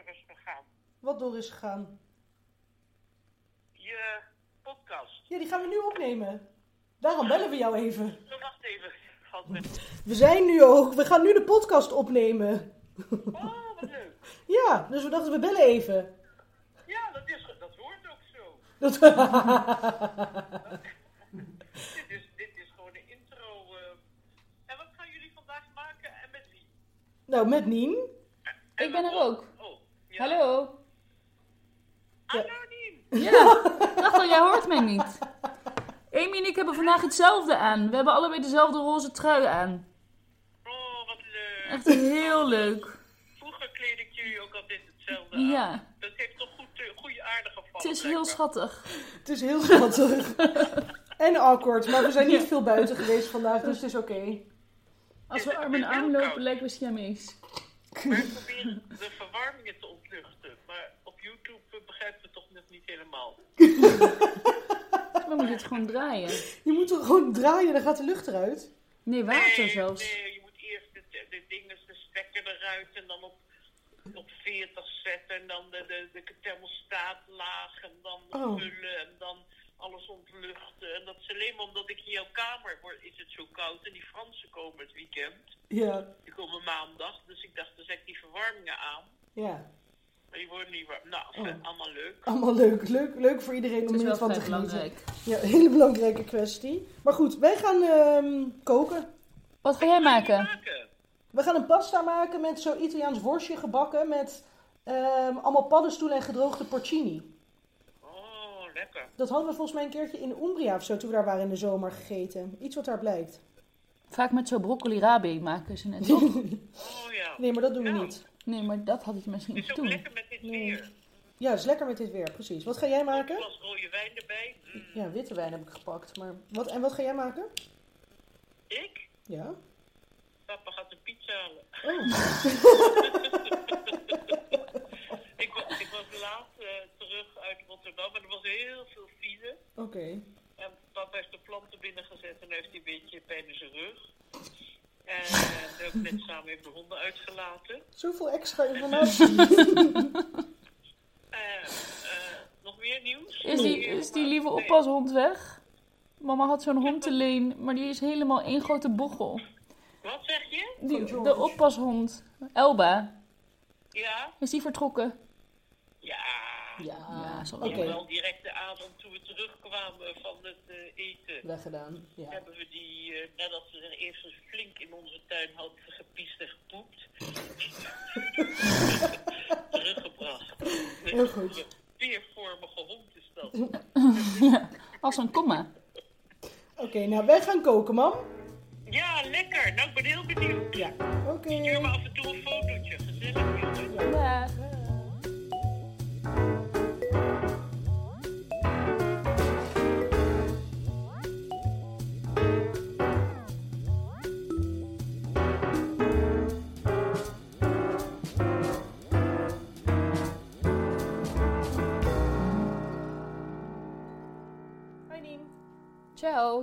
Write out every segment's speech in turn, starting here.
is gegaan. Wat door is gegaan? Je podcast. Ja, die gaan we nu opnemen. Daarom bellen we jou even. Wacht even. We gaan nu de podcast opnemen. Oh, wat leuk. Ja, dus we dachten we bellen even. Ja, dat hoort ook zo. Dit is gewoon een intro. En wat gaan jullie vandaag maken en met wie? Nou, met Nien. Ik ben er ook. Oh, ja. Hallo. Anoniem. Ja, dacht al, jij hoort mij niet. Amy en ik hebben vandaag hetzelfde aan. We hebben allebei dezelfde roze trui aan. Oh, wat leuk. Echt heel leuk. Vroeger kleed ik jullie ook altijd hetzelfde aan. Ja. Dat heeft toch goede aardige vallen. Het is heel schattig. Het is heel schattig. En awkward, maar we zijn niet veel buiten geweest vandaag, dus het is oké. Als we arm in arm lopen, lijken we Siamees. Wij proberen de verwarmingen te ontluchten. Maar op YouTube begrijpen we het toch nog niet helemaal. We moeten het gewoon draaien. Je moet er gewoon draaien, dan gaat de lucht eruit. Nee, water zelfs. Nee, je moet eerst de dingen, de stekker eruit en dan op 40 zetten. En dan de thermostaat laag en dan vullen en dan alles ontluchten. En dat is alleen maar omdat ik in jouw kamer is het zo koud. En die Fransen komen het weekend. Ja. Die komen maandag, dus ik dacht, dan zet ik die verwarmingen aan. Ja. Maar die worden niet warm. Nou, allemaal leuk. Allemaal leuk. Leuk voor iedereen om er van te genieten. Belangrijk. Ja, een hele belangrijke kwestie. Maar goed, wij gaan koken. Wat ga jij maken? We gaan een pasta maken met zo'n Italiaans worstje gebakken met allemaal paddenstoelen en gedroogde porcini. Oh, lekker. Dat hadden we volgens mij een keertje in Umbria of zo, toen we daar waren in de zomer gegeten. Iets wat daar blijkt. Vaak met zo'n broccoli rabe maken ze net, toch? Oh ja. Nee, maar dat doen we niet. Nee, maar dat had ik misschien Het is moeten ook doen. lekker met dit weer. Ja, het is lekker met dit weer, precies. Wat ga jij maken? Er was rode wijn erbij. Ja, witte wijn heb ik gepakt. Maar wat ga jij maken? Ik? Ja. Papa gaat een pizza halen. Oh. ik was laat terug uit Rotterdam en er was heel veel file. Oké. En papa heeft de planten binnengezet en heeft hij een beetje pijn in zijn rug. En we hebben net samen even de honden uitgelaten. Zoveel extra informatie. Nog meer nieuws? Is die lieve oppashond weg? Mama had zo'n hond te leen, maar die is helemaal één grote bochel. Wat zeg je? De oppashond, Elba, Ja? is die vertrokken? Ja. Ja, zal Oké. wel. Wel direct de avond toen we terugkwamen van het eten. Weggedaan. Ja. Hebben we die, nadat ze er eerst eens flink in onze tuin had gepiest en gepoept, teruggebracht. Heel goed. Een veervormige hond is dat. Ja, als een komma. Oké, nou wij gaan koken, mam. Ja, lekker. Nou, ik ben heel benieuwd. Ja. Oké. Stuur me af en toe een fotootje. Gezellig, jongen. Ja. Hi Nien. Ciao.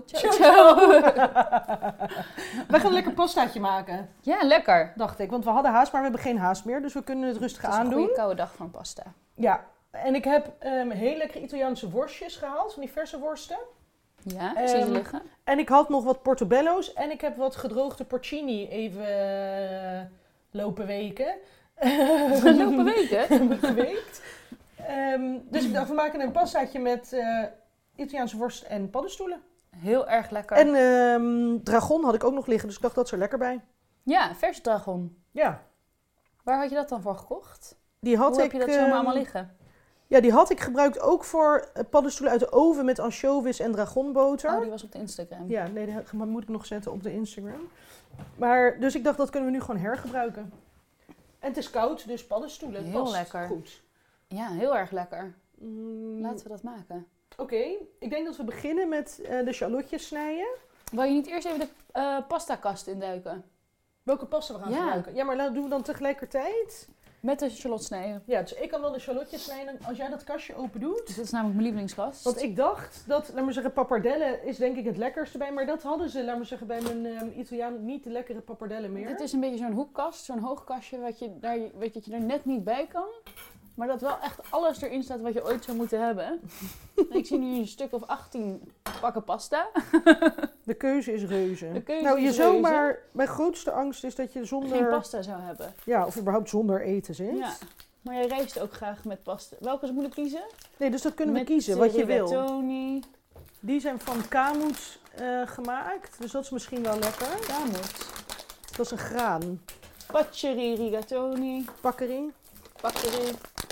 Wij gaan een lekker pastaatje maken, Ja, lekker. dacht ik. Want we hadden haast, maar we hebben geen haast meer. Dus we kunnen het rustig Het is een aandoen. goede koude dag voor een pasta. Ja, en ik heb heel lekkere Italiaanse worstjes gehaald. Van die verse worsten. Ja, ik zie ze liggen. En ik had nog wat portobello's. En ik heb wat gedroogde porcini even lopen weken. Lopen weken. Geweekt. Dus ik dacht, we maken een pastaatje met Italiaanse worst en paddenstoelen. Heel erg lekker. En dragon had ik ook nog liggen, dus ik dacht, dat is er lekker bij. Ja, verse dragon. Ja, Waar had je dat dan voor gekocht? die had Hoe heb je dat zomaar allemaal liggen? Ja, die had ik gebruikt ook voor paddenstoelen uit de oven met ansjovis en dragonboter. Oh, die was op de Instagram. Ja, nee, die moet ik nog zetten op de Instagram. Maar, dus ik dacht, dat kunnen we nu gewoon hergebruiken. En het is koud, dus paddenstoelen Heel past lekker. goed. Ja, heel erg lekker. Mm, Laten we dat maken. Oké, ik denk dat we beginnen met de shallotjes snijden. Wil je niet eerst even de pastakast induiken? Welke pasta we gaan gebruiken? Ja, maar doen we dan tegelijkertijd? Met de shallot snijden. Ja, dus ik kan wel de shallotjes snijden als jij dat kastje open doet. Dat is namelijk mijn lievelingskast. Want ik dacht dat, laat maar zeggen, pappardelle is denk ik het lekkerste bij. Maar dat hadden ze, laat maar zeggen, bij mijn Italiaan niet de lekkere pappardelle meer. Het is een beetje zo'n hoekkast, zo'n hoog kastje wat je daar, weet je, dat je er net niet bij kan. Maar dat wel echt alles erin staat wat je ooit zou moeten hebben. Ik zie nu een stuk of 18 pakken pasta. De keuze is reuze. De keuze nou, je is zou reuze. maar, mijn grootste angst is dat je zonder... Geen pasta zou hebben. Ja, of überhaupt zonder eten zit. Ja. Maar jij reist ook graag met pasta. Welke moet ik kiezen? Nee, dus dat kunnen we Met kiezen, wat je wil. rigatoni. Die zijn van Kamut gemaakt, dus dat is misschien wel lekker. Kamut. Dat is een graan. Paccheri rigatoni. Pakkerie. Paccheri.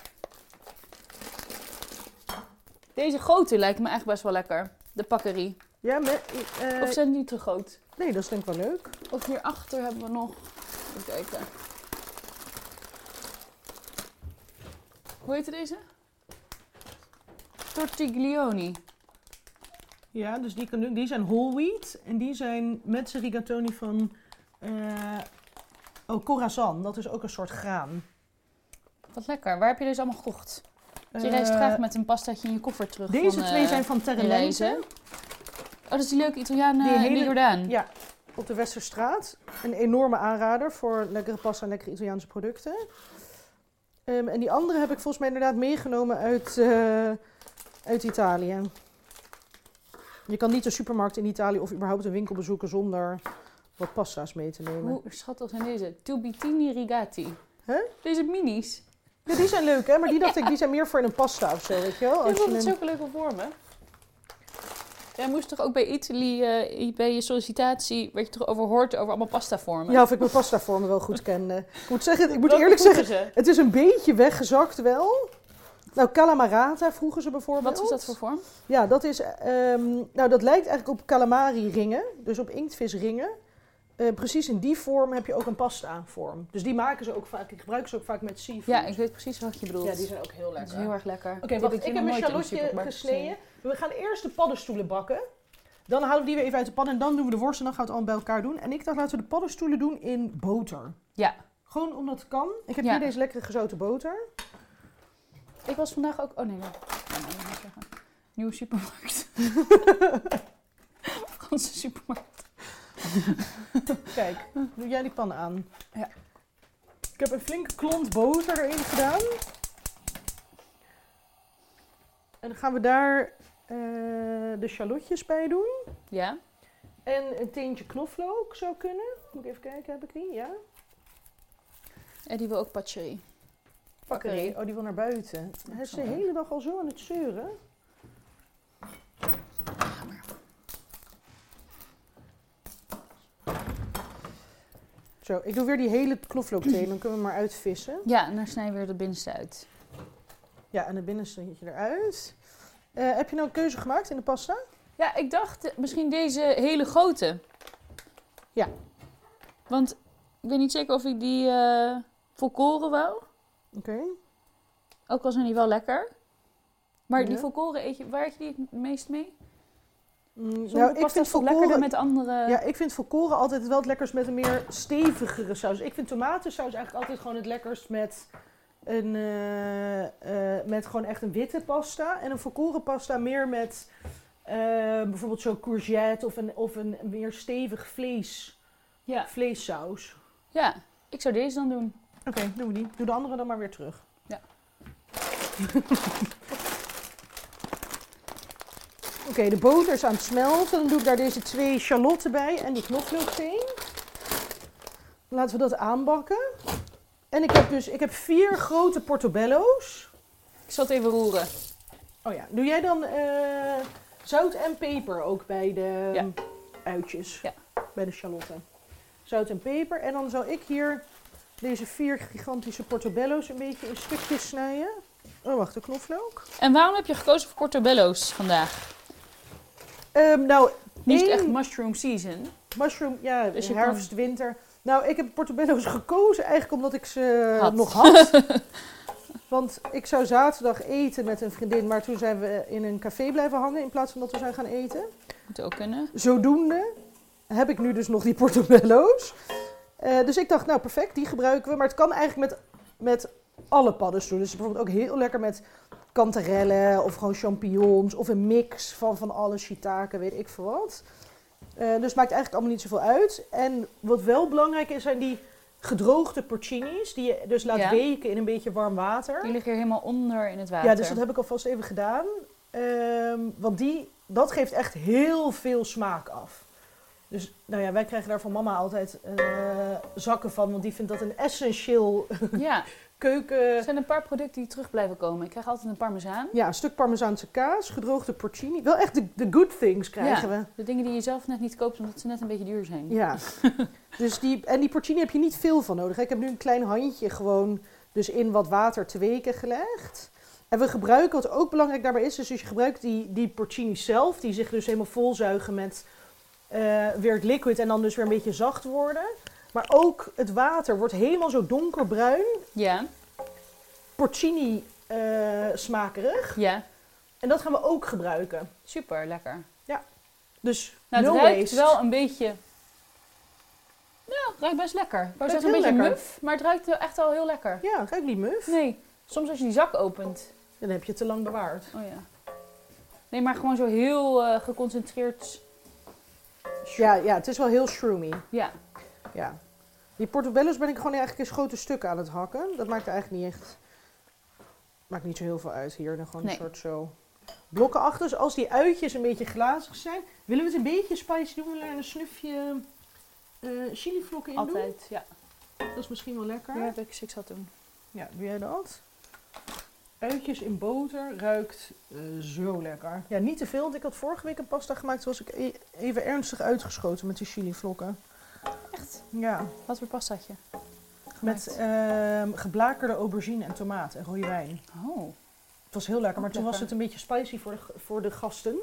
Deze grote lijkt me echt best wel lekker. De paccheri. Ja, Of zijn die te groot? nee, dat is denk ik wel leuk. Of hierachter hebben we nog... Even kijken. Hoe heet deze? Tortiglioni. Ja, dus die zijn whole wheat. En die zijn met z'n rigatoni van Corazon. Dat is ook een soort graan. Wat lekker. Waar heb je deze allemaal gekocht? Dus je reist graag met een pastaatje in je koffer terug. Deze van, twee zijn van Terre reizen. Lente. Oh, dat is die leuke Italiaan Die in hele- de Jordaan. Ja, op de Westerstraat. Een enorme aanrader voor lekkere pasta en lekkere Italiaanse producten. En die andere heb ik volgens mij inderdaad meegenomen uit Italië. Je kan niet de supermarkt in Italië of überhaupt een winkel bezoeken zonder wat pasta's mee te nemen. Hoe schattig zijn deze? Tubitini rigati. Huh? Deze minis. Ja, die zijn leuk hè, maar die dacht ik, die zijn meer voor in een pasta of zo, weet je wel. Ik Als vond je het een- zulke leuke vormen. Jij moest toch ook bij Italy, bij je sollicitatie, werd je toch overhoord over allemaal pastavormen? Ja, of ik mijn pastavormen wel goed kende. Ik moet zeggen, ik moet Welke eerlijk vroegen zeggen, ze? het is een beetje weggezakt wel. Nou, calamarata vroegen ze bijvoorbeeld. Wat is dat voor vorm? Ja, dat is, nou dat lijkt eigenlijk op calamari ringen, dus op inktvisringen. Precies in die vorm heb je ook een pasta vorm. Dus die maken ze ook vaak, die gebruiken ze ook vaak met seafood. Ja, ik weet precies wat je bedoelt. Ja, die zijn ook heel Dat lekker. is heel erg lekker. Oké, Die wacht, hier ik nog heb een nooit in de shallotje supermarkt gesneden. We gaan eerst de paddenstoelen bakken. Dan halen we die weer even uit de pan en dan doen we de worst en dan gaan we het allemaal bij elkaar doen. En ik dacht, laten we de paddenstoelen doen in boter. gezien. Ja, Gewoon omdat het kan. Ik heb Ja. hier deze lekkere gezouten boter. ik was vandaag ook... Oh nee, ja. Ja, nee, niet zeggen. Nieuwe supermarkt. Onze supermarkt. Kijk, doe jij die pan aan. Ja. Ik heb een flinke klont boter erin gedaan. En dan gaan we daar de shallotjes bij doen. Ja. En een teentje knoflook zou kunnen. Moet ik even kijken, heb ik die? Ja. En die wil ook paccheri. Oké, oh die wil naar buiten. Hij is de hele dag al zo aan het zeuren. Zo, ik doe weer die hele knoflook thee, dan kunnen we hem maar uitvissen. Ja, en daar snij je weer het binnenste uit. Ja, en het binnenste eruit. Heb je nou een keuze gemaakt in de pasta? Ja, ik dacht misschien deze hele grote. Ja. Want ik weet niet zeker of ik die volkoren wou. Oké. Ook al zijn die wel lekker. Maar Ja. die volkoren eet je, waar eet je die het meest mee? Sommige Nou, ik pasta vind is toch lekkerder volkoren... met andere... Ja, ik vind volkoren altijd wel het lekkerst met een meer stevigere saus. Ik vind tomatensaus eigenlijk altijd gewoon het lekkerst met met gewoon echt een witte pasta. En een volkoren pasta meer met bijvoorbeeld zo'n courgette of een meer stevig vleessaus. Ja, ik zou deze dan doen. Oké, doen we die. Doe de andere dan maar weer terug. Ja. Oké, de boter is aan het smelten. Dan doe ik daar deze 2 shallotten bij en die knoflookthee. Laten we dat aanbakken. En ik heb 4 grote portobello's. Ik zal het even roeren. Oh ja, doe jij dan zout en peper ook bij de Ja. uitjes? Ja. Bij de shallotten. Zout en peper. En dan zal ik hier deze 4 gigantische portobello's een beetje in stukjes snijden. Oh, wacht, de knoflook. En waarom heb je gekozen voor portobello's vandaag? Nou, Nu is het één- echt mushroom season. mushroom, ja, Dus je herfst, winter. Nou, ik heb portobello's gekozen eigenlijk omdat ik ze Had. nog had. Want ik zou zaterdag eten met een vriendin, maar toen zijn we in een café blijven hangen in plaats van dat we zijn gaan eten. Moet ook kunnen. Zodoende heb ik nu dus nog die portobello's. Dus ik dacht, nou perfect, die gebruiken we. Maar het kan eigenlijk met met alle paddenstoelen. Dus bijvoorbeeld ook heel lekker met kanterellen of gewoon champignons of een mix van alle shiitake, weet ik veel wat. Dus het maakt eigenlijk allemaal niet zoveel uit. En wat wel belangrijk is, zijn die gedroogde porcini's, die je dus laat weken in een beetje warm water. Die liggen hier helemaal onder in het water. Ja, dus dat heb ik alvast even gedaan. Want dat geeft echt heel veel smaak af. Dus nou ja, wij krijgen daar van mama altijd zakken van, want die vindt dat een essentieel keuken. Er zijn een paar producten die terug blijven komen. Ik krijg altijd een parmezaan. Ja, een stuk parmezaanse kaas, gedroogde porcini. Wel echt de good things krijgen we. De dingen die je zelf net niet koopt, omdat ze net een beetje duur zijn. Ja, dus die porcini heb je niet veel van nodig. Ik heb nu een klein handje gewoon dus in wat water te weken gelegd. En we gebruiken, wat ook belangrijk daarbij is, dus je gebruikt die porcini zelf, die zich dus helemaal volzuigen met weer het liquid en dan dus weer een beetje zacht worden. Maar ook het water wordt helemaal zo donkerbruin. Ja. Porcini smakerig. Ja. En dat gaan we ook gebruiken. Super, lekker. Ja. Dus nou, no het ruikt waste. wel een beetje... Nou, het ruikt best lekker. Ik wou zeggen een beetje muf, maar het ruikt echt al heel lekker. Ja, het ruikt niet muf. Nee. Soms als je die zak opent... Dan heb je het te lang bewaard. Oh ja. Nee, maar gewoon zo heel geconcentreerd... Ja, het is wel heel shroomy. Ja. Ja. Die portobello's ben ik gewoon eigenlijk in grote stukken aan het hakken. Dat maakt eigenlijk niet echt... Maakt niet zo heel veel uit hier. Dan gewoon een soort zo... blokken achter. Dus als die uitjes een beetje glazig zijn... Willen we het een beetje spicy doen? Willen we er een snufje chilivlokken in doen? Altijd, ja. Dat is misschien wel lekker. Hier heb ik six had doen. Ja, doe jij dat? Uitjes in boter ruikt zo lekker. Ja, niet te veel, want ik had vorige week een pasta gemaakt. Toen was ik even ernstig uitgeschoten met die chilivlokken. Echt? Ja. Wat voor pasta had je? Met geblakerde aubergine en tomaat en rode wijn. Oh. Het was heel lekker, maar toen was het een beetje spicy voor de gasten.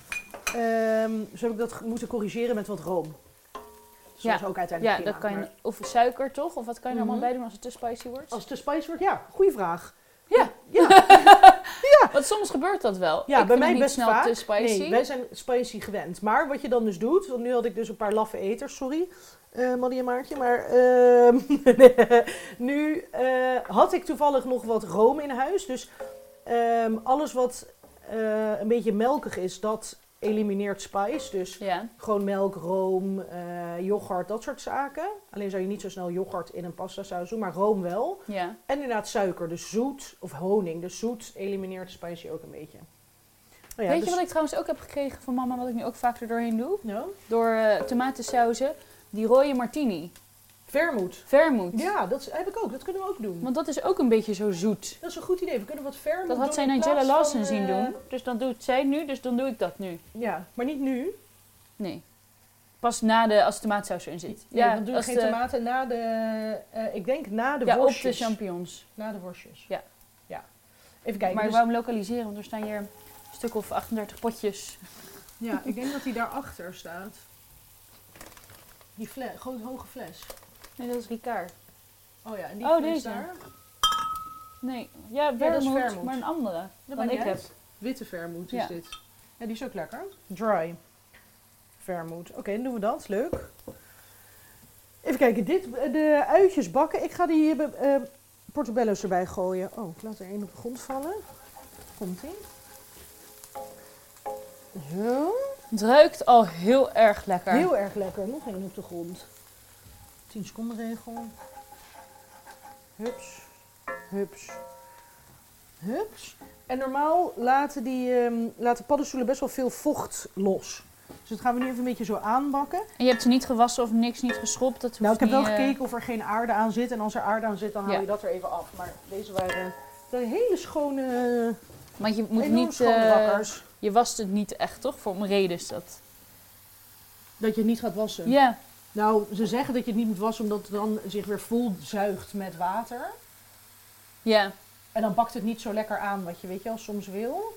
Dus heb ik dat moeten corrigeren met wat room. Dus dat was ook uiteindelijk prima, dat kan je... Of suiker toch? Of wat kan je er allemaal bij doen als het te spicy wordt? Als het te spicy wordt, ja. Goeie vraag. Ja. Ja. Want soms gebeurt dat wel. Ja, ik bij vind mij het best niet snel vaak. te spicy. Nee, wij zijn spicy gewend. Maar wat je dan dus doet, want nu had ik dus een paar laffe eters, sorry, Maddie en Maartje. Maar nu had ik toevallig nog wat room in huis. Dus alles wat een beetje melkig is, dat elimineert spice. Dus gewoon melk, room, yoghurt, dat soort zaken. Alleen zou je niet zo snel yoghurt in een pasta saus doen, maar room wel. Ja. En inderdaad suiker, dus zoet, of honing. Dus zoet elimineert spicy ook een beetje. Oh ja, weet je wat ik trouwens ook heb gekregen van mama, wat ik nu ook vaak er doorheen doe? Ja? Door tomatensauzen, die rode martini. Vermoed. Vermoed. Ja, dat heb ik ook. Dat kunnen we ook doen. Want dat is ook een beetje zo zoet. Dat is een goed idee. We kunnen wat vermoed doen. Dat had zij Nigella Lawson zien doen. Dus dan doet zij nu, dus dan doe ik dat nu. Ja, maar niet nu. Nee. Pas als de tomaatsaus erin zit. Ja, dan doe je geen tomaten na de... ik denk na de worstjes. Ja, op de champignons. Na de worstjes. Ja. Even kijken. Maar ik wou hem lokaliseren, want er staan hier een stuk of 38 potjes. Ja, ik denk dat hij daarachter staat. Die grote hoge fles. Nee, dat is Ricard. Oh ja, en die fles deze. daar? Nee, ja, vermoed, maar een andere dan ik heb. Witte vermoed is dit. Ja, die is ook lekker. Dry vermoed. Oké, dan doen we dat. Leuk. Even kijken, de uitjes bakken. Ik ga die portobello's erbij gooien. Oh, ik laat er één op de grond vallen. Komt-ie. Zo. Het ruikt al heel erg lekker. Heel erg lekker. Nog één op de grond. 10 seconden regel. Hups. Hups. Hups. En normaal laten paddenstoelen best wel veel vocht los. Dus dat gaan we nu even een beetje zo aanbakken. En je hebt ze niet gewassen of niks, niet geschropt? Dat nou, ik heb wel gekeken of er geen aarde aan zit. En als er aarde aan zit, dan haal je dat er even af. Maar deze waren hele schone... Want je moet niet... je wast het niet echt, toch? Voor een reden is dat. Dat je het niet gaat wassen? Ja. Nou, ze zeggen dat je het niet moet wassen omdat het dan zich weer vol zuigt met water. Ja. En dan bakt het niet zo lekker aan wat je, weet je wel, soms wil.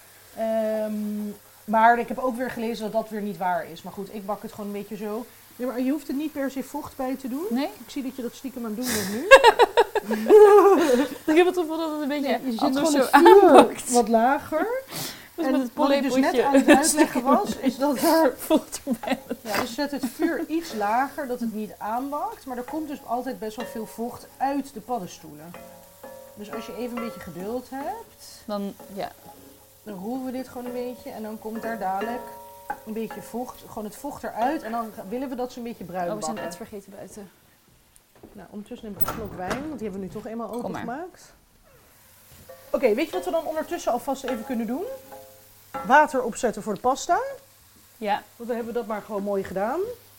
Maar ik heb ook weer gelezen dat dat weer niet waar is. Maar goed, ik bak het gewoon een beetje zo. Ja, maar je hoeft er niet per se vocht bij te doen. Nee? Ik zie dat je dat stiekem aan het doen bent nu. Ik heb het gevoel dat het een beetje je zet anders gewoon zo aanbakt. wat lager. En wat ik dus net aan het uitleggen was, is dat er... vocht erbij. Ja, dus zet het vuur iets lager, dat het niet aanbakt. Maar er komt dus altijd best wel veel vocht uit de paddenstoelen. Dus als je even een beetje geduld hebt, Dan, ja. dan roeren we dit gewoon een beetje. En dan komt daar dadelijk een beetje vocht, gewoon het vocht eruit. En dan willen we dat ze een beetje bruin Oh, we zijn bakken. het vergeten buiten. Nou, ondertussen neem ik een slok wijn, want die hebben we nu toch eenmaal Kom maar. opengemaakt. Oké, weet je wat we dan ondertussen alvast even kunnen doen? Water opzetten voor de pasta. Ja. Want dan hebben we dat maar gewoon mooi gedaan.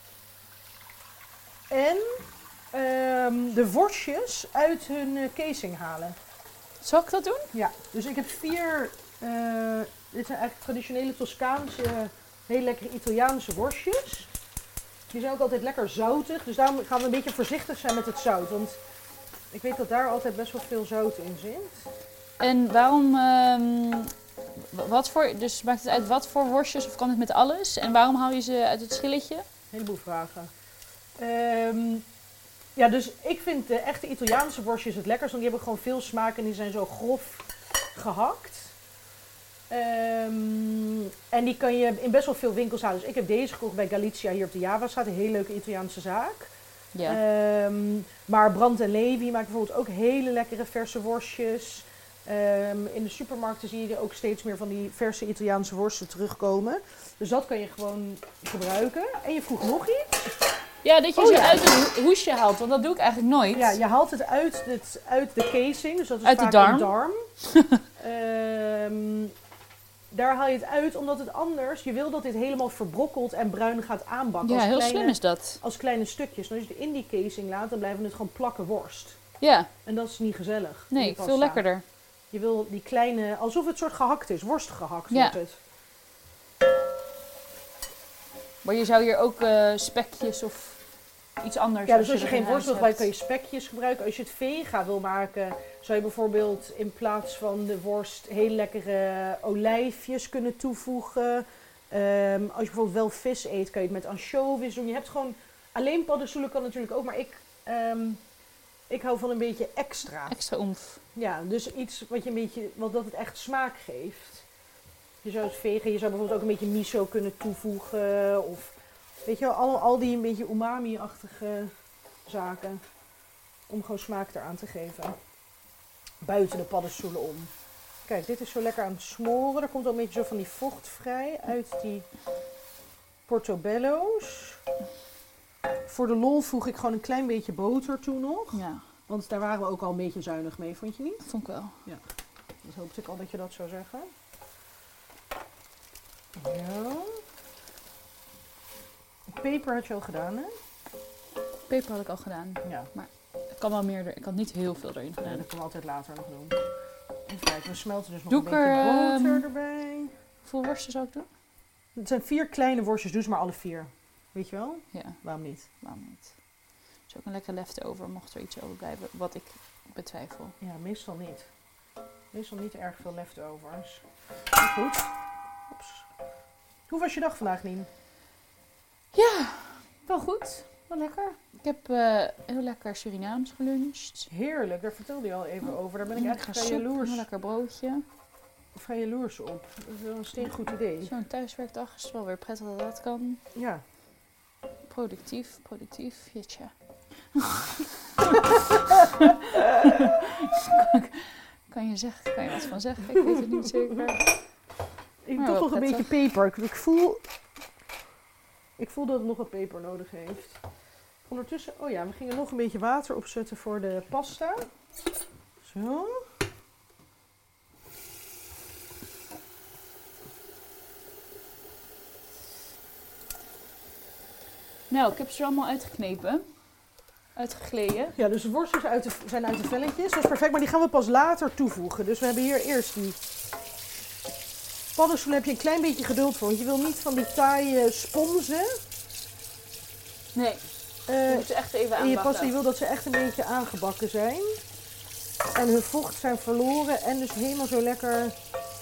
En de worstjes uit hun casing halen. Zal ik dat doen? Ja, dus ik heb 4, dit zijn eigenlijk traditionele Toscaanse, heel lekkere Italiaanse worstjes. Die zijn ook altijd lekker zoutig, dus daarom gaan we een beetje voorzichtig zijn met het zout. Want ik weet dat daar altijd best wel veel zout in zit. En waarom, dus maakt het uit wat voor worstjes of kan het met alles? En waarom haal je ze uit het schilletje? Een heleboel vragen. Ja, dus ik vind de echte Italiaanse worstjes het lekkerst, want die hebben gewoon veel smaak en die zijn zo grof gehakt. En die kan je in best wel veel winkels halen. Dus ik heb deze gekocht bij Galizia hier op de Javastraat, een hele leuke Italiaanse zaak. Ja. Maar Brandt en Levi maakt bijvoorbeeld ook hele lekkere verse worstjes. In de supermarkten zie je ook steeds meer van die verse Italiaanse worsten terugkomen. Dus dat kan je gewoon gebruiken. En je vroeg nog iets? Ja, dat je ze uit het hoesje haalt, want dat doe ik eigenlijk nooit. Ja, je haalt het uit de casing, dus dat is Uit de vaak darm. een darm. Daar haal je het uit, omdat het anders, je wil dat dit helemaal verbrokkelt en bruin gaat aanbakken. Ja, als heel kleine, slim is dat. Als kleine stukjes. En als je het in die casing laat, dan blijven het gewoon plakken worst. Ja, En dat is niet gezellig. in nee, die pasta. veel lekkerder. Je wil die kleine, alsof het soort gehakt is, worst gehakt Ja. wordt het. Maar je zou hier ook spekjes of iets anders... Ja, dus als je er geen in worst wil huis gebruiken, kan je spekjes gebruiken. Als je het vega wil maken, zou je bijvoorbeeld in plaats van de worst heel lekkere olijfjes kunnen toevoegen. Als je bijvoorbeeld wel vis eet, kan je het met ansjovis doen. Je hebt gewoon, alleen paddenstoelen kan natuurlijk ook, maar ik hou van een beetje extra. Extra oemf. Ja, dus iets wat je een beetje, wat dat het echt smaak geeft. Je zou het vegen, je zou bijvoorbeeld ook een beetje miso kunnen toevoegen. Of weet je wel, al die een beetje umami-achtige zaken. Om gewoon smaak eraan te geven. Buiten de paddenstoelen om. Kijk, dit is zo lekker aan het smoren. Er komt ook een beetje zo van die vocht vrij uit die portobello's. Voor de lol voeg ik gewoon een klein beetje boter toe nog. Ja, Want daar waren we ook al een beetje zuinig mee, vond je niet? dat vond ik wel. Dat hoopte ik al dat je dat zou zeggen. Ja. Peper had je al gedaan, hè? Peper had ik al gedaan. Ja. Ik kan wel meer, ik had niet heel veel erin Ja, gedaan. dat kan we altijd later nog doen. Even kijken, we smelten dus nog Doe een ik beetje er, boter erbij. Hoeveel worsten zou ik doen? Het zijn 4 kleine worstjes, doe ze maar alle 4. Weet je wel? Ja, Waarom niet? waarom niet? Er is ook een lekker leftover, mocht er iets overblijven, wat ik betwijfel. Ja, meestal niet. Meestal niet erg veel leftovers. Maar goed. Oeps. Hoe was je dag vandaag, Nien? Ja, wel goed. Wel lekker. Ik heb heel lekker Surinaams geluncht. Heerlijk, daar vertelde je al even over. Daar ben ik Lekker eigenlijk vrij soep, jaloers, een lekker broodje. vrij jaloers op. Dat is wel een steengoed idee. Zo'n thuiswerkdag is wel weer prettig dat dat kan. Ja. Productief, jeetje. Kan je wat van zeggen? Ik weet het niet zeker. Ik Maar toch wel nog een prettig. beetje peper. Ik voel dat het nog wat peper nodig heeft. Ondertussen, oh ja, we gingen nog een beetje water opzetten voor de pasta. Zo. Nou, ik heb ze er allemaal uitgeknepen. Uitgegleden. Ja, dus de worstjes zijn uit de velletjes. Dat is perfect, maar die gaan we pas later toevoegen. Dus we hebben hier eerst die paddenstoelen. Heb je een klein beetje geduld voor. Want je wil niet van die taaie sponsen. Nee, je moet ze echt even In je aanbakken. pasta, je wil dat ze echt een beetje aangebakken zijn. En hun vocht zijn verloren en dus helemaal zo lekker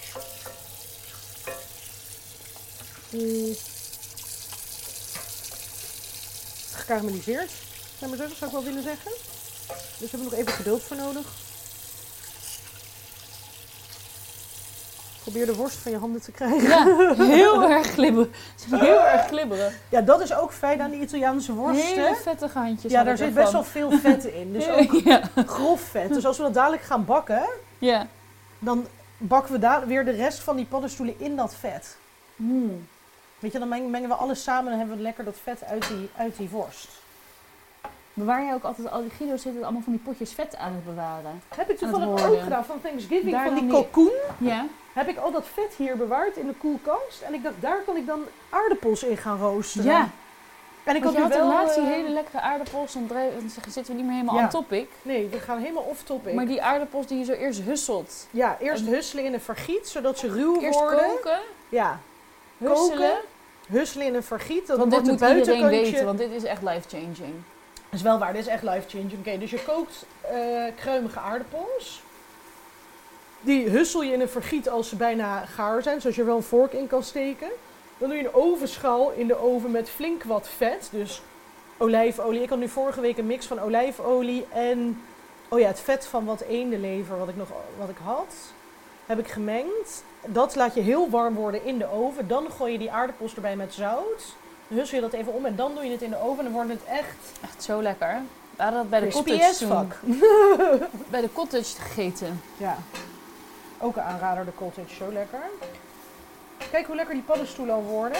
gekarameliseerd. Zou ik wel willen zeggen. Dus we hebben nog even geduld voor nodig. Probeer de worst van je handen te krijgen. Ja, heel erg glibberig. Heel erg glibberig. Ja, dat is ook fijn aan die Italiaanse worsten. Hele vettige handjes. Ja, daar zit best wel veel vet in. Dus ook grof vet. Dus als we dat dadelijk gaan bakken, dan bakken we weer de rest van die paddenstoelen in dat vet. Weet je, dan mengen we alles samen en hebben we lekker dat vet uit die worst. Bewaar jij ook altijd al die Guido's zitten allemaal van die potjes vet aan het bewaren? Heb ik toevallig ook gedaan van Thanksgiving, daar van die kalkoen. Ja. Heb ik al dat vet hier bewaard in de koelkast. En ik dacht, daar kan ik dan aardappels in gaan roosteren. Ja. En ik had nu wel laatst die hele lekkere aardappels, dan zitten we niet meer helemaal on topic. Nee, we gaan helemaal off topic. Maar die aardappels die je zo eerst husselt. Ja, eerst husselen in een vergiet, zodat ze ruw worden. Eerst koken. Ja. Husselen. Husselen in een vergiet. Dat want dit moet iedereen weten, want dit is echt life-changing. Dat is wel waar, dit is echt life-changing. Oké, dus je kookt kruimige aardappels. Die hussel je in een vergiet als ze bijna gaar zijn, zodat je er wel een vork in kan steken. Dan doe je een ovenschaal in de oven met flink wat vet. Dus olijfolie. Ik had nu vorige week een mix van olijfolie en het vet van wat eendenlever wat ik had. Heb ik gemengd. Dat laat je heel warm worden in de oven. Dan gooi je die aardappels erbij met zout. Dan hussel je dat even om en dan doe je het in de oven. En dan wordt het echt zo lekker. We hadden dat bij de cottage toen. Bij de cottage gegeten. Ja. Ook een aanrader, de cottage. Zo lekker. Kijk hoe lekker die paddenstoelen al worden.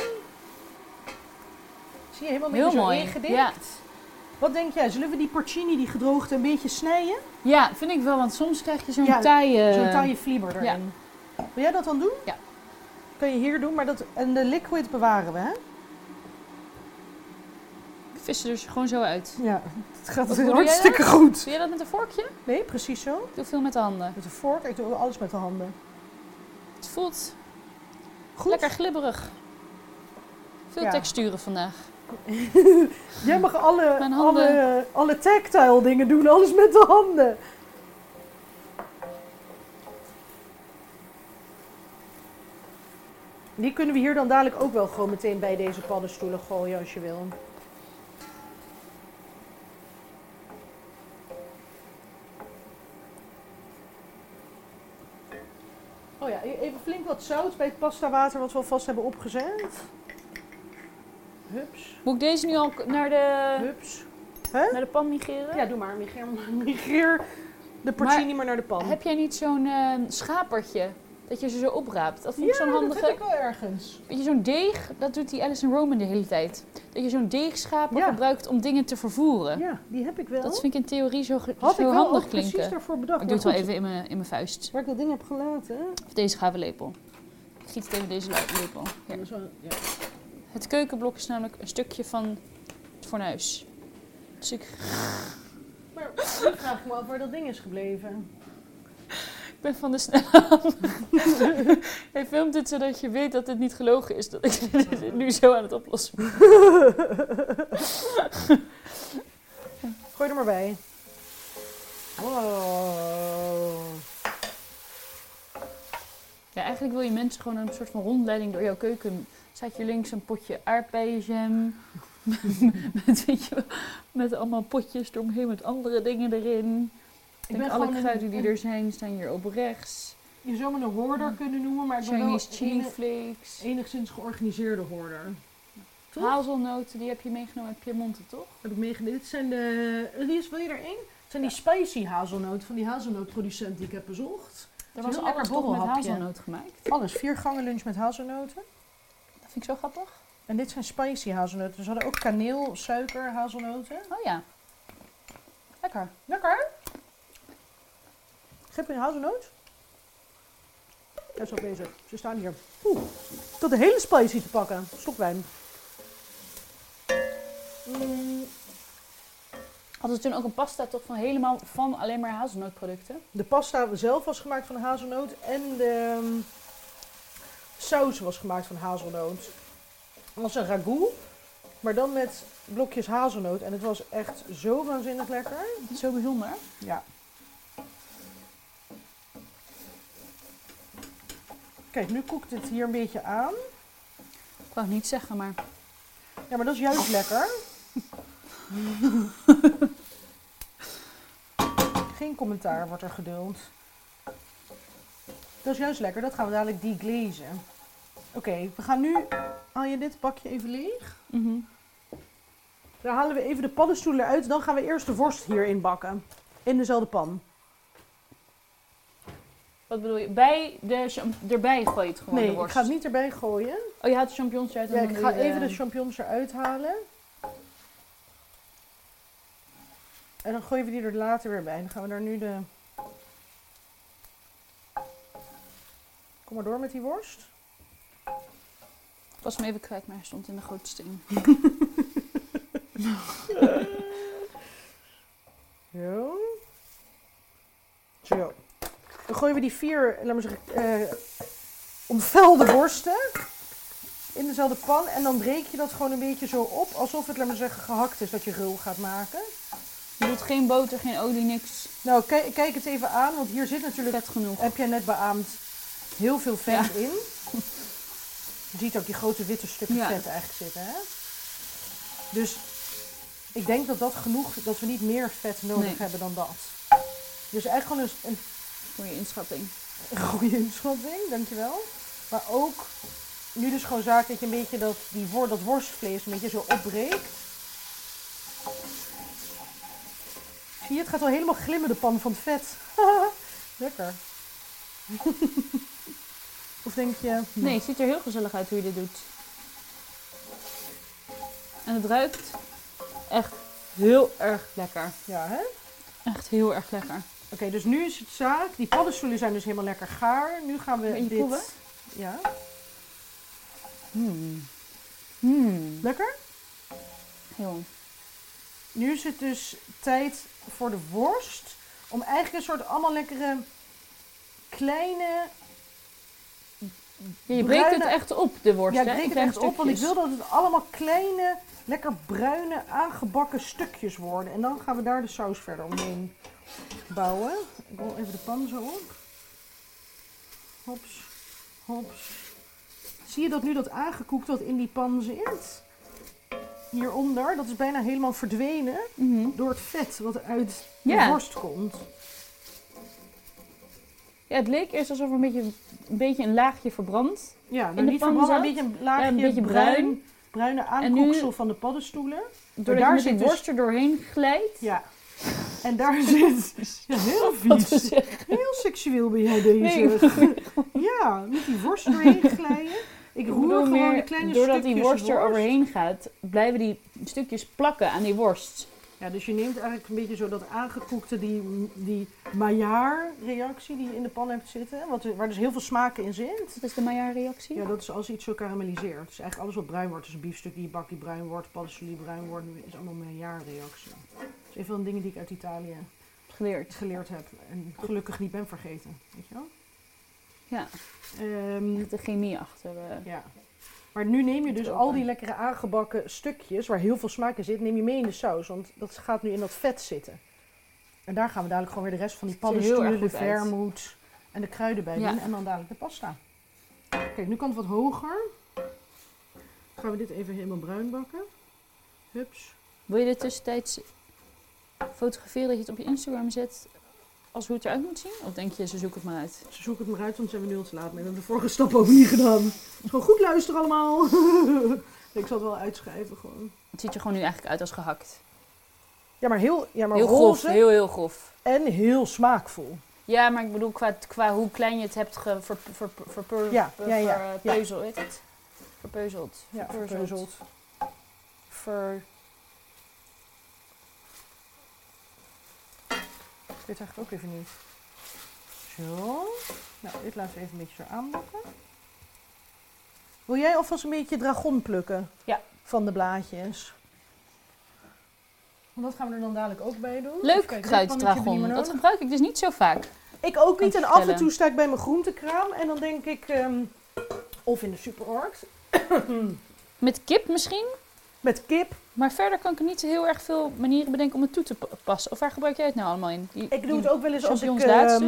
Zie je, helemaal heel zo mooi. ingedikt. Ja. Wat denk jij? Zullen we die porcini, die gedroogde, een beetje snijden? Ja, vind ik wel. Want soms krijg je zo'n taaie... Zo'n taaie flieber erin. Ja. Wil jij dat dan doen? Ja. Kan je hier doen, maar en de liquid bewaren we, hè? Ik vis er dus gewoon zo uit. Ja, het gaat hartstikke goed. Doe jij dat met een vorkje? Nee, precies zo. Ik doe veel met de handen. Met een vork, ik doe alles met de handen. Het voelt goed. Lekker glibberig. Veel texturen vandaag. Jij mag alle tactile dingen doen, alles met de handen. Die kunnen we hier dan dadelijk ook wel gewoon meteen bij deze paddenstoelen gooien als je wil. Oh ja, even flink wat zout bij het pastawater wat we alvast hebben opgezet. Hups. Moet ik deze nu al naar de naar de pan migreren? Ja, doe maar. Migreer de porcini maar naar de pan. Heb jij niet zo'n schapertje? Dat je ze zo opraapt. Dat vond ik zo'n handige. Dat heb ik wel ergens. Weet je, zo'n deeg, dat doet die Alison Roman de hele tijd. Dat je zo'n deegschaper gebruikt om dingen te vervoeren. Ja, die heb ik wel. Dat vind ik in theorie zo handig klinken. Precies daarvoor bedacht. Ik doe het wel even in mijn vuist. Waar ik dat ding heb gelaten. Of deze gavenlepel. Ik giet het even deze lepel. Ja. Het keukenblok is namelijk een stukje van het fornuis. Dus ik... Maar nu vraag ik me af waar dat ding is gebleven. Ik ben van de snelle. Hij filmt dit zodat je weet dat het niet gelogen is. Dat ik dit nu zo aan het oplossen ben. Gooi er maar bij. Wow. Ja, eigenlijk wil je mensen gewoon een soort van rondleiding door jouw keuken. Staat je links een potje aardbeienjam. met allemaal potjes eromheen met andere dingen erin. Ik denk alle kruiden die er zijn, staan hier op rechts. Je zou me een hoorder kunnen noemen, maar ik ben wel Chinese chili flakes. Enigszins georganiseerde hoorder. Toch? Hazelnoten, die heb je meegenomen uit Piemonte, toch? Heb ik meegenomen. Dit zijn Elias, wil je er één? Het zijn die spicy hazelnoten van die hazelnootproducent die ik heb bezocht. Er was alles toch met hazelnoot gemaakt? Alles, 4 gangen lunch met hazelnoten. Dat vind ik zo grappig. En dit zijn spicy hazelnoten. Dus we hadden ook kaneel, suiker, hazelnoten. Oh ja. Lekker. Lekker. Geef je een hazelnoot? Hij is al bezig. Ze staan hier. Tot de hele spicy te pakken. Stopwijn. Hadden ze toen ook een pasta toch van helemaal van alleen maar hazelnootproducten? De pasta zelf was gemaakt van hazelnoot en de saus was gemaakt van hazelnoot. Het was een ragout, maar dan met blokjes hazelnoot. En het was echt zo waanzinnig lekker. Het is zo bijzonder. Ja. Kijk, nu koekt het hier een beetje aan. Ik wou het niet zeggen, maar... Ja, maar dat is juist lekker. Geen commentaar wordt er geduld. Dat is juist lekker. Dat gaan we dadelijk deglazen. Oké, we gaan nu... Haal je dit bakje even leeg? Dan halen we even de paddenstoelen eruit. Dan gaan we eerst de worst hierin bakken. In dezelfde pan. Wat bedoel je? Erbij gooi je het gewoon, Nee, de worst? ik ga het niet erbij gooien. Oh, je haalt de champignons eruit? En Ja, dan ik doe ga je even de champignons eruit halen. En dan gooien we die er later weer bij. Dan gaan we daar nu de... Kom maar door met die worst. Ik was hem even kwijt, maar hij stond in de grote steen. Zo. Zo. Dan gooien we die 4, laat maar zeggen, ontvelde worsten in dezelfde pan. En dan breek je dat gewoon een beetje zo op, alsof het, laat maar zeggen, gehakt is, dat je rul gaat maken. Je doet geen boter, geen olie, niks. Nou, kijk het even aan, want hier zit natuurlijk, Vet genoeg. heb jij net beaamd, heel veel vet in. Je ziet ook die grote witte stukken vet eigenlijk zitten, hè? Dus ik denk dat genoeg, dat we niet meer vet nodig hebben dan dat. Dus eigenlijk gewoon een goede inschatting. Een goede inschatting, dankjewel. Maar ook nu dus gewoon zaak dat je een beetje dat worstvlees een beetje zo opbreekt. Zie je, het gaat al helemaal glimmen, de pan van het vet. Lekker. Of denk je... Nee, het ziet er heel gezellig uit hoe je dit doet. En het ruikt echt heel erg lekker. Ja, hè? Echt heel erg lekker. Oké, dus nu is het zaak. Die paddenstoelen zijn dus helemaal lekker gaar. Nu gaan we dit... proeven? Ja. Lekker? Heel. Nu is het dus tijd voor de worst. Om eigenlijk een soort allemaal lekkere kleine... Ja, je breekt het echt op, de worst, Ja, hè? ik breek het echt op, want ik wil dat het allemaal kleine, lekker bruine, aangebakken stukjes worden. En dan gaan we daar de saus verder omheen bouwen. Ik rol even de pan zo op. Hops, hops. Zie je dat nu dat aangekoekt wat in die pan zit? Hieronder, dat is bijna helemaal verdwenen door het vet wat uit de worst komt. Ja, het leek eerst alsof er een beetje een laagje verbrand. Ja, nou niet verbrand, maar een beetje een laagje een beetje bruine aankoeksel van de paddenstoelen. Doordat daar zit de worst er doorheen glijdt. Ja. En daar zit... Ja, heel vies. Heel seksueel ben jij bezig. Ja, met die worst doorheen glijden. Ik roer gewoon de kleine doordat stukjes die worst er overheen gaat, blijven die stukjes plakken aan die worst. Ja, dus je neemt eigenlijk een beetje zo dat aangekoekte, die Maillard-reactie die je in de pan hebt zitten. Waar dus heel veel smaken in zit. Wat is de Maillard-reactie? Ja, dat is als iets zo karamelliseert. Dus eigenlijk alles wat bruin wordt. Dus een biefstuk die je bakt die bruin wordt, paddenstoel die bruin wordt, is allemaal Maillard-reactie. Dat is een van de dingen die ik uit Italië geleerd heb. En gelukkig niet ben vergeten. Weet je wel? Ja, de chemie achter. Ja. Maar nu neem je dus al die lekkere aangebakken stukjes, waar heel veel smaak in zit, neem je mee in de saus. Want dat gaat nu in dat vet zitten. En daar gaan we dadelijk gewoon weer de rest van die paddenstoelen, de vermoed en de kruiden bij doen. En dan dadelijk de pasta. Kijk, nu kan het wat hoger. Gaan we dit even helemaal bruin bakken. Hups. Wil je dit tussentijds fotograferen dat je het op je Instagram zet als hoe het eruit moet zien? Of denk je, ze zoeken het maar uit? Ze zoeken het maar uit, want zijn we nu al te laat mee. We hebben de vorige stap ook niet gedaan. Dus gewoon goed luisteren allemaal. Ik zal het wel uitschrijven gewoon. Het ziet er gewoon nu eigenlijk uit als gehakt. Ja, maar heel roze. Grof, heel grof. En heel smaakvol. Ja, maar ik bedoel qua hoe klein je het hebt verpeuzeld. Ja. Heet het? Verpeuzeld. Ja, verpeuzeld. Ik weet eigenlijk ook even niet. Zo. Nou, dit laten we even een beetje zo aanbakken. Wil jij alvast een beetje dragon plukken? Ja. Van de blaadjes. Want dat gaan we er dan dadelijk ook bij doen. Leuk kruiddragon. Dat gebruik ik dus niet zo vaak. Ik ook niet. En af en toe sta ik bij mijn groentekraam. En dan denk ik... of in de supermarkt. Met kip misschien? Met kip. Maar verder kan ik er niet heel erg veel manieren bedenken om het toe te passen. Of waar gebruik jij het nou allemaal in? Ik doe het ook wel eens als ik...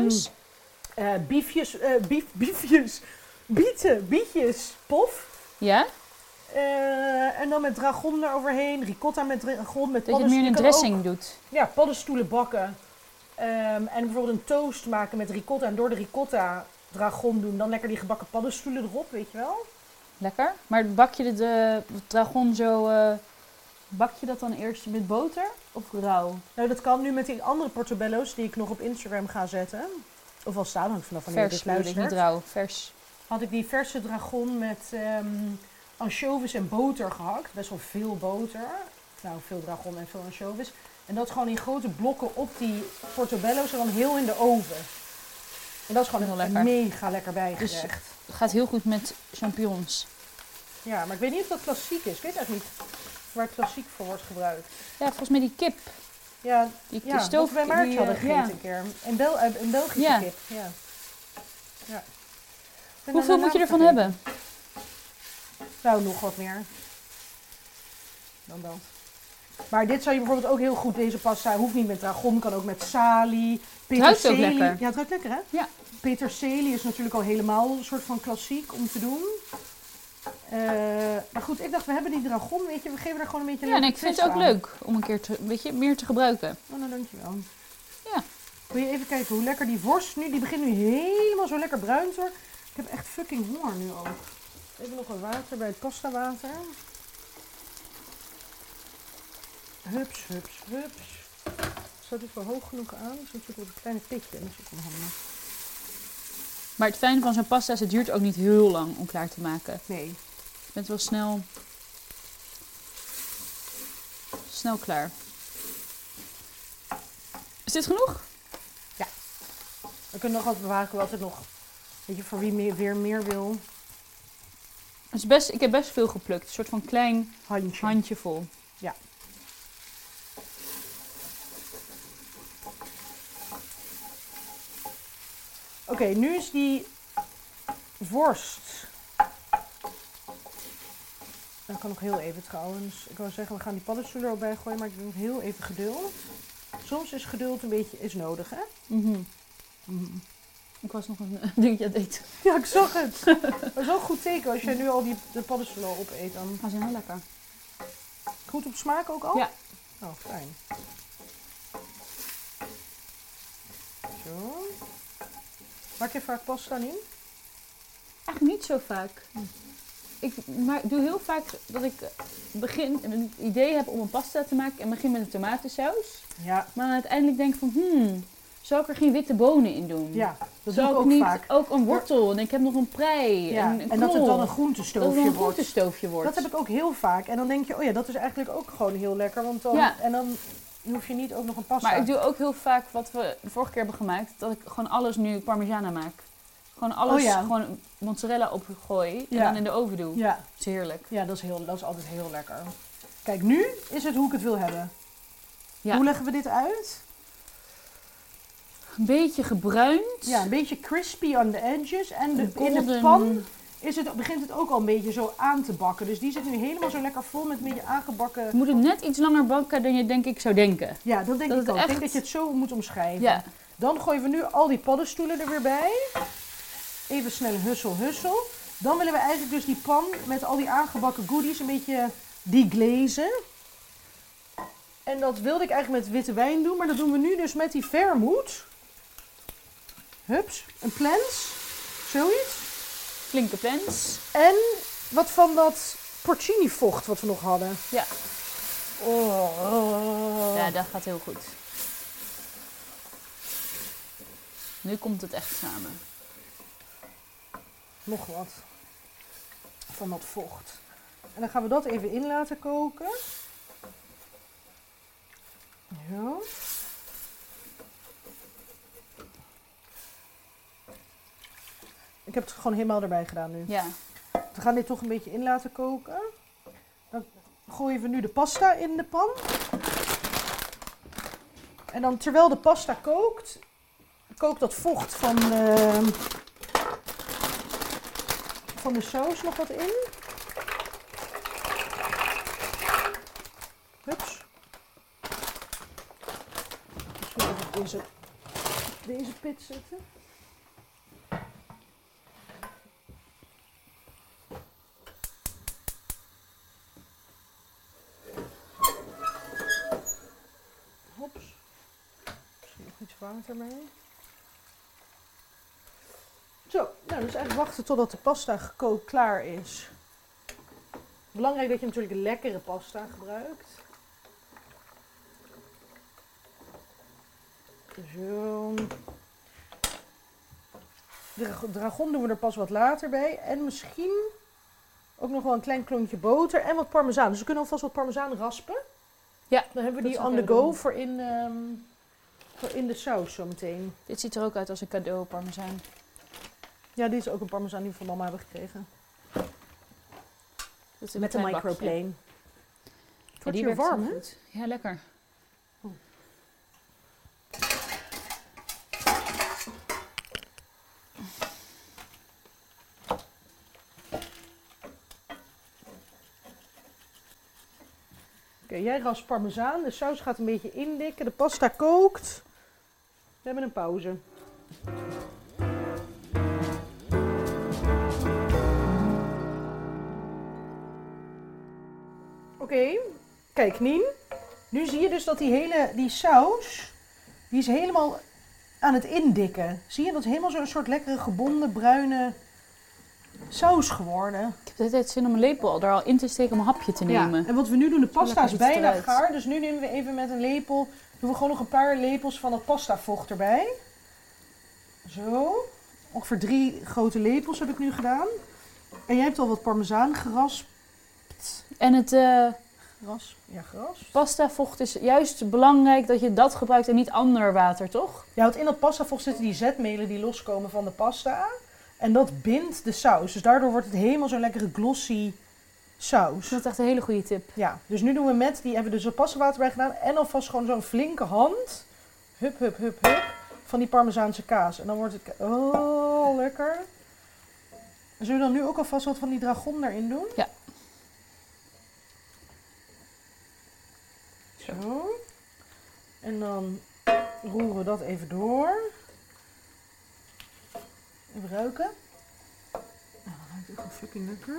bietjes, pof. Ja? En dan met dragon eroverheen, ricotta met dragon, met dat je het meer in een dressing doet. Ja, paddenstoelen bakken. En bijvoorbeeld een toast maken met ricotta. En door de ricotta dragon doen. Dan lekker die gebakken paddenstoelen erop, weet je wel. Lekker. Maar bak je de dragon zo... bak je dat dan eerst met boter of rauw? Nou, dat kan nu met die andere portobello's die ik nog op Instagram ga zetten. Of al staan, hangt vanaf wanneer je dit luistert. Niet rauw, vers. Had ik die verse dragon met ansjovis en boter gehakt. Best wel veel boter. Nou, veel dragon en veel ansjovis. En dat gewoon in grote blokken op die portobello's en dan heel in de oven. En dat is gewoon heel een lekker. mega lekker bijgerecht. Dus het gaat heel goed met champignons. Ja, maar ik weet niet of dat klassiek is. Ik weet eigenlijk niet waar het klassiek voor wordt gebruikt. Ja, volgens mij die kip. Ja, Die wat we bij Maartje hadden gegeten een keer. Een Belgische kip. Ja. Hoeveel moet je ervan hebben? Nou, nog wat meer. Dan dat. Maar dit zou je bijvoorbeeld ook heel goed, deze pasta hoeft niet met dragon, kan ook met salie, peterselie. Het ruikt ook lekker. Ja, het ruikt lekker hè? Ja. Peterselie is natuurlijk al helemaal een soort van klassiek om te doen. Maar goed, ik dacht, we hebben die dragon, weet je, we geven er gewoon een beetje Ja, en ik vind het ook leuk om een keer meer te gebruiken. Oh, nou dankjewel. Ja. Wil je even kijken hoe lekker die worst nu, die begint nu helemaal zo lekker bruin te worden. Ik heb echt fucking honger nu ook. Even nog wat water bij het pasta water. Hups, hups, hups. Zet het wel hoog genoeg aan? Dat is natuurlijk wel een kleine pitje. Dat is ook wel handig. Maar het fijne van zo'n pasta is, het duurt ook niet heel lang om klaar te maken. Nee. Je bent wel snel klaar. Is dit genoeg? Ja. We kunnen nog wat bewaren. We altijd nog, weet je, voor wie weer meer wil. Ik heb best veel geplukt. Een soort van klein handje vol. Ja. Oké, nu is die worst. Dat kan nog heel even trouwens. Ik wou zeggen, we gaan die paddenstoelen erbij gooien, maar ik doe nog heel even geduld. Soms is geduld een beetje nodig, hè? Ik was nog een dingetje aan het eten. Ja, ik zag het. Dat is ook een goed teken als jij nu al de paddenstoelen al opeet. Dan... Ze zijn heel lekker. Goed op smaak ook al? Ja. Oh, fijn. Zo. Maak je vaak pasta niet? Eigenlijk niet zo vaak. Ik doe heel vaak dat ik een idee heb om een pasta te maken en begin met een tomatensaus. Ja. Maar uiteindelijk denk ik van, zou ik er geen witte bonen in doen? Ja, dat zou doe ik ik ook niet vaak. ook een wortel en ik heb nog een prei Ja. En dat het dan een groentestoofje wordt. Dat heb ik ook heel vaak. En dan denk je, oh ja, dat is eigenlijk ook gewoon heel lekker. Want dan, en dan hoef je niet ook nog een pasta. Maar ik doe ook heel vaak wat we de vorige keer hebben gemaakt, dat ik gewoon alles nu parmigiana maak. Gewoon alles, gewoon mozzarella opgooi en dan in de oven doe. Ja. Dat is heerlijk. Ja, dat is altijd heel lekker. Kijk, nu is het hoe ik het wil hebben. Ja. Hoe leggen we dit uit? Een beetje gebruind. Ja, een beetje crispy on the edges. En in de pan begint het ook al een beetje zo aan te bakken. Dus die zit nu helemaal zo lekker vol met een beetje aangebakken... Je moet het net iets langer bakken dan je denk ik zou denken. Ja, dat denk ik ook. Ik denk dat je het zo moet omschrijven. Ja. Dan gooien we nu al die paddenstoelen er weer bij. Even snel hussel. Dan willen we eigenlijk dus die pan met al die aangebakken goodies een beetje deglazen. En dat wilde ik eigenlijk met witte wijn doen, maar dat doen we nu dus met die vermoed. Hups, een plens, zoiets. Flinke plens. En wat van dat porcini vocht wat we nog hadden. Ja. Oh. Ja, dat gaat heel goed. Nu komt het echt samen. Nog wat van dat vocht. En dan gaan we dat even in laten koken. Zo. Ik heb het gewoon helemaal erbij gedaan nu. Ja. We gaan dit toch een beetje in laten koken. Dan gooien we nu de pasta in de pan. En dan terwijl de pasta kookt, kookt dat vocht van de saus nog wat in. Hups. Dus even deze pit zetten. Hops. Misschien nog iets water mee. Zo, nou dus eigenlijk wachten totdat de pasta gekookt klaar is. Belangrijk dat je natuurlijk een lekkere pasta gebruikt. Zo. De dragon doen we er pas wat later bij. En misschien ook nog wel een klein klontje boter en wat parmezaan. Dus we kunnen alvast wat parmezaan raspen. Ja. Dan hebben we die on the go voor in de saus zometeen. Dit ziet er ook uit als een cadeau parmezaan. Ja, dit is ook een parmezaan die we van mama hebben gekregen. Dat is een Met de klein microplane. bakje. Het wordt die hier werkt warm, zo hè? goed. Ja, lekker. Oké, jij raspt parmezaan. De saus gaat een beetje indikken. De pasta kookt. We hebben een pauze. Oké, kijk Nien. Nu zie je dus dat die saus, die is helemaal aan het indikken. Zie je, dat is helemaal zo'n soort lekkere gebonden bruine saus geworden. Ik heb de hele tijd zin om een lepel er al in te steken om een hapje te nemen. Ja, en wat we nu doen, de pasta lekker is ziet bijna het eruit. gaar. Dus nu nemen we even met een lepel, doen we gewoon nog een paar lepels van het pastavocht erbij. Zo. Ongeveer 3 grote lepels heb ik nu gedaan. En jij hebt al wat parmezaan geraspt. En het Geraspt. pastavocht is juist belangrijk dat je dat gebruikt en niet ander water, toch? Ja, want in dat pastavocht zitten die zetmelen die loskomen van de pasta. En dat bindt de saus. Dus daardoor wordt het helemaal zo'n lekkere glossy saus. Dat is echt een hele goede tip. Ja, dus nu doen we hebben we dus er pastawater bij gedaan. En alvast gewoon zo'n flinke hand. Hup, hup, hup, hup. Van die parmezaanse kaas. En dan wordt het... Oh, lekker. Zullen we dan nu ook alvast wat van die dragon erin doen? Ja. Zo. En dan roeren we dat even door. Even ruiken. Nou, dan ruikt het echt fucking lekker.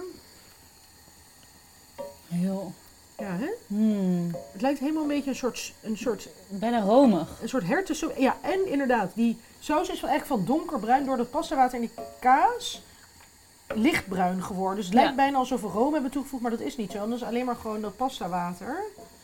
Heel. Ja, hè? Mm. Het lijkt helemaal een beetje een soort Bijna romig. een soort hertensoep. Ja, en inderdaad, die saus is eigenlijk van donkerbruin door dat pastawater en die kaas lichtbruin geworden. Dus het lijkt bijna alsof we room hebben toegevoegd, maar dat is niet zo. Dat is alleen maar gewoon dat pastawater.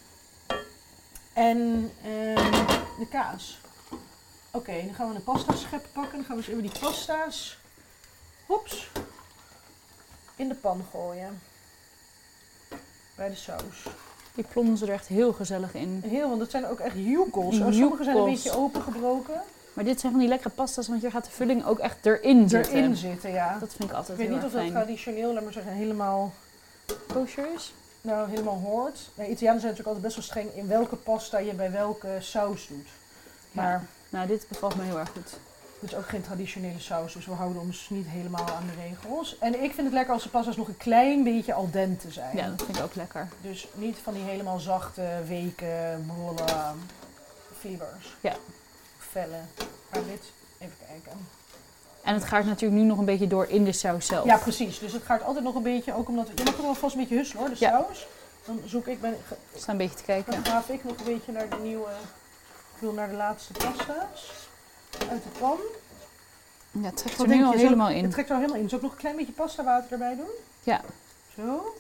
En de kaas. Oké, dan gaan we een pasta schep pakken. Dan gaan we eens even die pasta's, hops, in de pan gooien. Bij de saus. Die plommen er echt heel gezellig in. Heel, want dat zijn ook echt joekels. Joekels. Sommige zijn een beetje opengebroken. Maar dit zijn van die lekkere pasta's, want hier gaat de vulling ook echt erin zitten. Erin zitten, ja. Dat vind ik altijd Ik weet heel niet erg of dat fijn. traditioneel, laat maar zeggen, helemaal Kosher is? Nou, helemaal hoort. Nee, Italianen zijn natuurlijk altijd best wel streng in welke pasta je bij welke saus doet. Maar Ja. Nou, dit bevalt me heel erg goed. het is ook geen traditionele saus, dus we houden ons niet helemaal aan de regels. En ik vind het lekker als de pasta's nog een klein beetje al dente zijn. Ja, dat vind ik ook lekker. Dus niet van die helemaal zachte, weke, bolle fibers. Ja. Felle. Maar dit, even kijken. En het gaat natuurlijk nu nog een beetje door in de saus zelf. Ja, precies. Dus het gaat altijd nog een beetje, ook omdat... Je mag er wel vast een beetje husselen hoor, de Ja. saus. Dan zoek ik, Ik sta een beetje te kijken. dan graaf ik nog een beetje naar de nieuwe... Ik wil naar de laatste pasta's. Uit de pan. Ja, het trekt Wat er nu denk al je? Zal helemaal ik- in. Het trekt er al helemaal in. Zal ik nog een klein beetje pastawater erbij doen? Ja. Zo.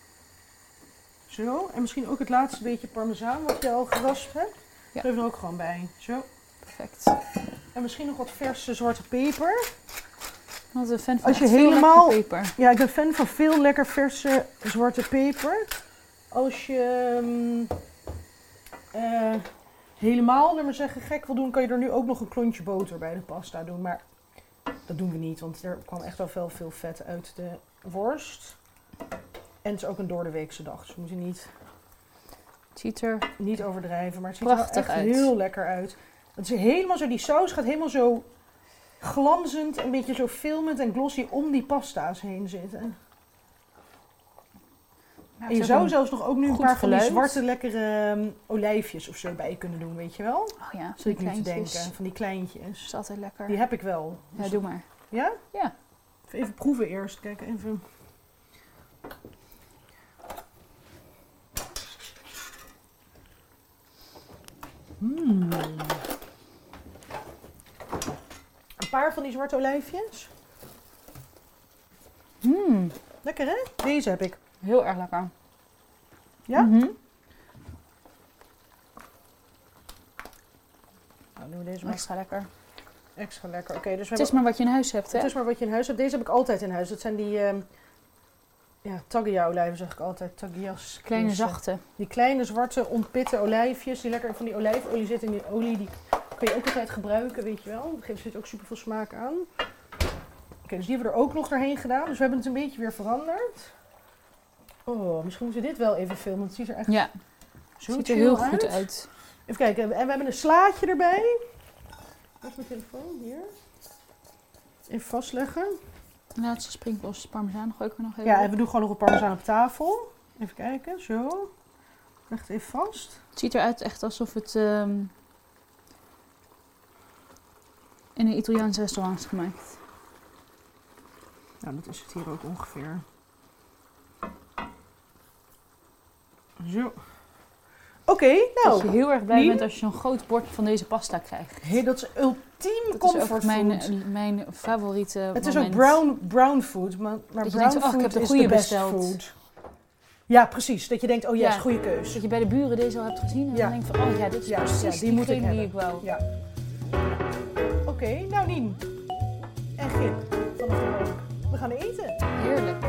Zo. En misschien ook het laatste beetje parmezaan wat je al geraspt hebt. Ja. Geef er ook gewoon bij. Zo. Perfect. En misschien nog wat verse zwarte peper. Wat een fan van Als je echt veel helemaal- lekkere peper. Ja, ik ben fan van veel lekker verse zwarte peper. Als je helemaal, laat maar zeggen, gek wil doen, kan je er nu ook nog een klontje boter bij de pasta doen. Maar dat doen we niet, want er kwam echt wel veel vet uit de worst. En het is ook een doordeweekse dag, dus we moeten Het ziet er... niet overdrijven. Maar het ziet er wel Prachtig echt uit. heel lekker uit. Het is helemaal zo, die saus gaat helemaal zo glanzend, een beetje zo filmend en glossy om die pasta's heen zitten. Ja, En je het is zou ook een- zelfs nog ook nu een goed paar van die geluid. zwarte lekkere olijfjes of zo bij kunnen doen, weet je wel? Oh ja, Zit ik nu te kleintjes. denken, van die kleintjes. Dat is altijd lekker. Die heb ik wel. Ja, Dus- doe maar. Ja? Ja. Even proeven eerst. Kijk, even. Een paar van die zwarte olijfjes. Lekker hè? Deze heb ik. Heel erg lekker. Ja? Mhm. Nou, doen we deze maar Extra lekker. extra lekker. Oké, dus we Het is maar wat je in huis hebt, hè? Het is maar wat je in huis hebt. Deze heb ik altijd in huis. Dat zijn die Taggia-olijven, zeg ik altijd. Taggias. Kleine zachte. Die kleine zwarte ontpitte olijfjes. Die lekker van die olijfolie zitten in die olie. Die kun je ook altijd gebruiken, weet je wel. Er zit ook super veel smaak aan. Oké, dus die hebben we er ook nog doorheen gedaan. Dus we hebben het een beetje weer veranderd. Oh, misschien moeten we dit wel even filmen. Want het ziet er echt Ja, zo ziet er chill heel goed uit. Even kijken. En we hebben een slaatje erbij. Waar is mijn telefoon? Hier. Even vastleggen. Laatste sprinkels parmezaan gooi ik er nog even Ja, op. en we doen gewoon nog een parmezaan op tafel. Even kijken, zo. Leg het even vast. Het ziet eruit echt alsof het in een Italiaans restaurant is gemaakt. Nou, dat is het hier ook ongeveer. Zo. Oké, Dat je nou. heel erg blij Nien? bent als je zo'n groot bord van deze pasta krijgt. Hey, dat is ultiem Dat is comfort ook food. mijn favoriete Het is moment. ook brown food, maar je brown denkt, oh, ik food heb de is goede the best besteld. food. Ja, precies. Dat je denkt, oh yes, Ja. goede keus. Dat je bij de buren deze al hebt gezien en Ja. dan denk je van, oh ja, dit is Ja, precies ja, die moet ik diegene die hebben. ik wou. Ja. Oké, nou Nien. En Gin van de Verhoog. We gaan eten. Heerlijk.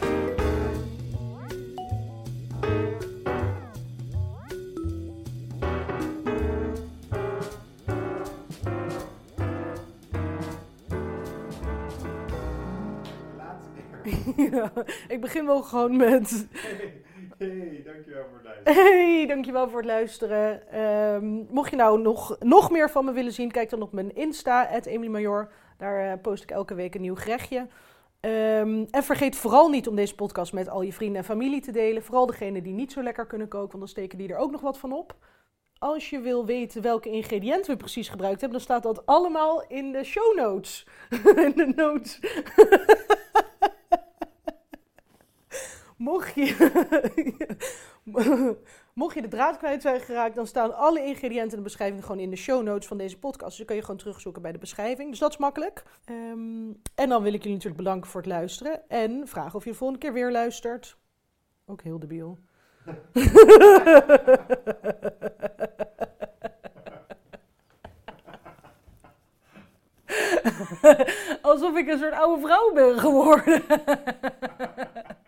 Ja, ik begin wel gewoon met... Hey, dankjewel voor het luisteren. Hey, dankjewel voor het luisteren. Mocht je nou nog meer van me willen zien, kijk dan op mijn Insta, @EmilyMajor. Daar post ik elke week een nieuw gerechtje. En vergeet vooral niet om deze podcast met al je vrienden en familie te delen. Vooral degenen die niet zo lekker kunnen koken, want dan steken die er ook nog wat van op. Als je wil weten welke ingrediënten we precies gebruikt hebben, dan staat dat allemaal in de show notes. In de notes. Mocht je de draad kwijt zijn geraakt, dan staan alle ingrediënten en de beschrijving gewoon in de show notes van deze podcast. Dus dan kun je gewoon terugzoeken bij de beschrijving. Dus dat is makkelijk. En dan wil ik jullie natuurlijk bedanken voor het luisteren. En vragen of je de volgende keer weer luistert. Ook heel debiel. Alsof ik een soort oude vrouw ben geworden.